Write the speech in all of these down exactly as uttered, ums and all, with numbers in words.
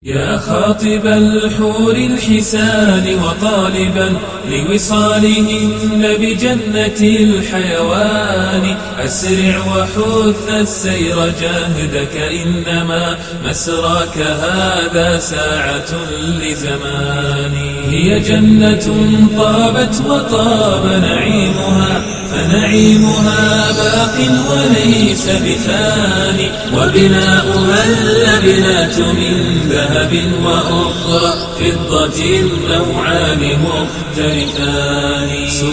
يا خاطب الحور الحسان وطالبا لوصالهن بجنة الحيوان، أسرع وحث السير جاهدك، إنما مسراك هذا ساعة لزمان. هي جنة طابت وطاب نعيمها، فنعيمها باق وليس بفاني، وبناؤها اللبنات من ذهب وأخرى فضة نوعان مختلفان.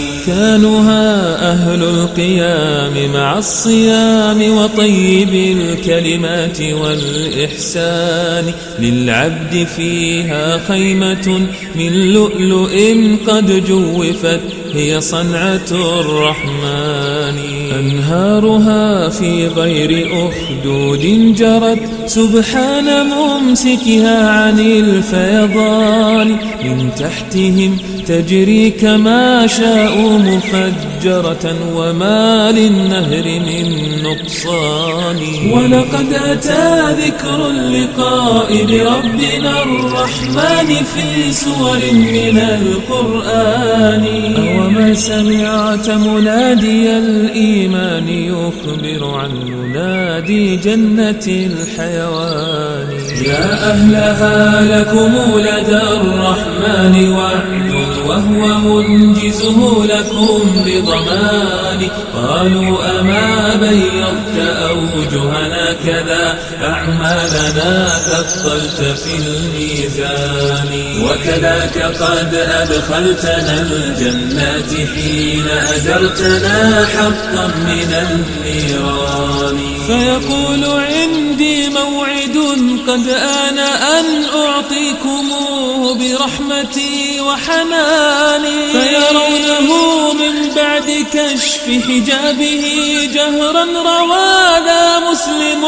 سكانها أهل القيام مع الصيام وطيب الكلمات والإحسان، للعبد فيها خيمة من لؤلؤ قد جوفت، هي صنعة الرحمن. أنهارها في غير أخدود جرت، سبحان ممسكها عن الفيضان، من تحتهم تجري كما شاءوا مفجرة، وما للنهر من نقصان. ولقد أتى ذكر اللقاء بربنا الرحمن في سور من القرآن. أوما سمعت منادي الإيمان يخبر عن منادي جنة الحيوان. يا أهلها لكم لدى الرحمن وعد، وهو منجزه لكم بضمان. قالوا أما بيضت أوجهنا كذا، أعمالنا ثقلت في الميزان. وكذاك قد أدخلتنا الجنات حين أجرتنا حقا من النيران. فيقول عندي موعد قد آن أن أعطيكموه برحمتي وحناني، فيرونه من بعد كشف حجابه جهرا روى ذا مسلم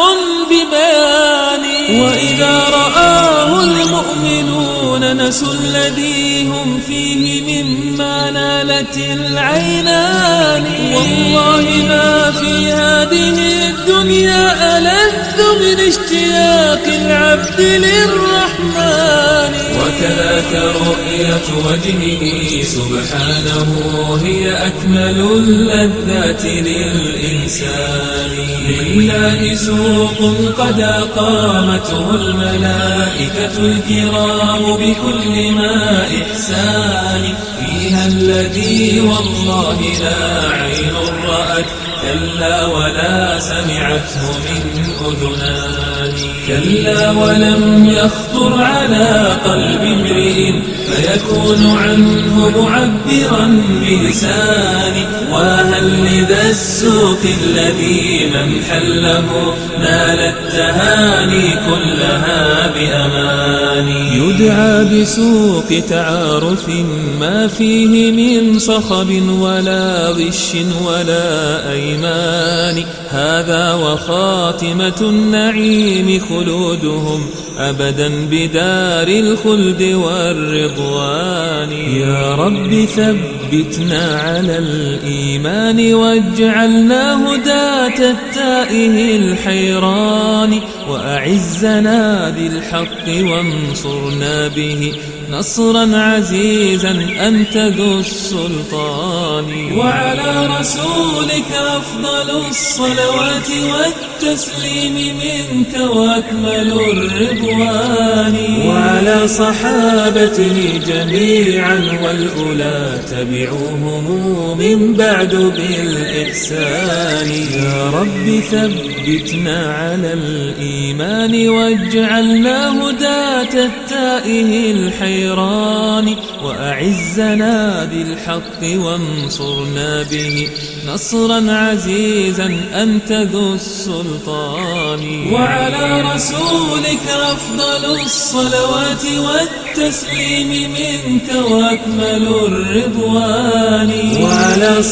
ببياني. وإذا رآه المؤمنون نسوا الذي هم فيه مما نالت العينان. والله ما في هذه الدنيا ألذ من اشتياق العبد للرحمن. وكذاك رؤية وجهه سبحانه هي أكمل اللذات للإنسان. لله سوق قد أقامته الملائكة الكرام بكل ما إحسان، فيها الذي والله لا عين رأت، كلا ولا سمعته من أذنان. كلا ولم يخطر على قلب امرئ، فيكون عنه معبرا بلسانه. وهل لذا السوق الذي من حله نال التهاني كلها بأمان. يدعى بسوق تعارف ما فيه من صخب ولا غش ولا أيمان. هذا وخاتمة النعيم خلودهم أبدا بدار الخلد والرضوان. يا رب ثبتنا على الإيمان، واجعلنا هداة التائه الحيران. وأعزنا بالحق وانصرنا به نصرا عزيزا أنت ذو السلطان. وعلى رسولك أفضل الصلوات والتسليم منك وأكمل الرضوان. وعلى صحابته جميعا والأولى تبعوهم من بعد بالإحسان. يا رب ثبتنا على الإيمان، واجعلنا هداة التائه الحيران. وأعزنا بالحق وانصرنا به نصرا عزيزا أنت ذو السلطان. وعلى رسولك أفضل الصلوات والتسليم منك وأكمل الرضوان. وعلى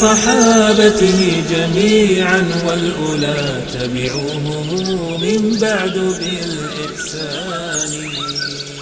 صحابته جميعا والأولى تبعوهم من بعد بالإحسان.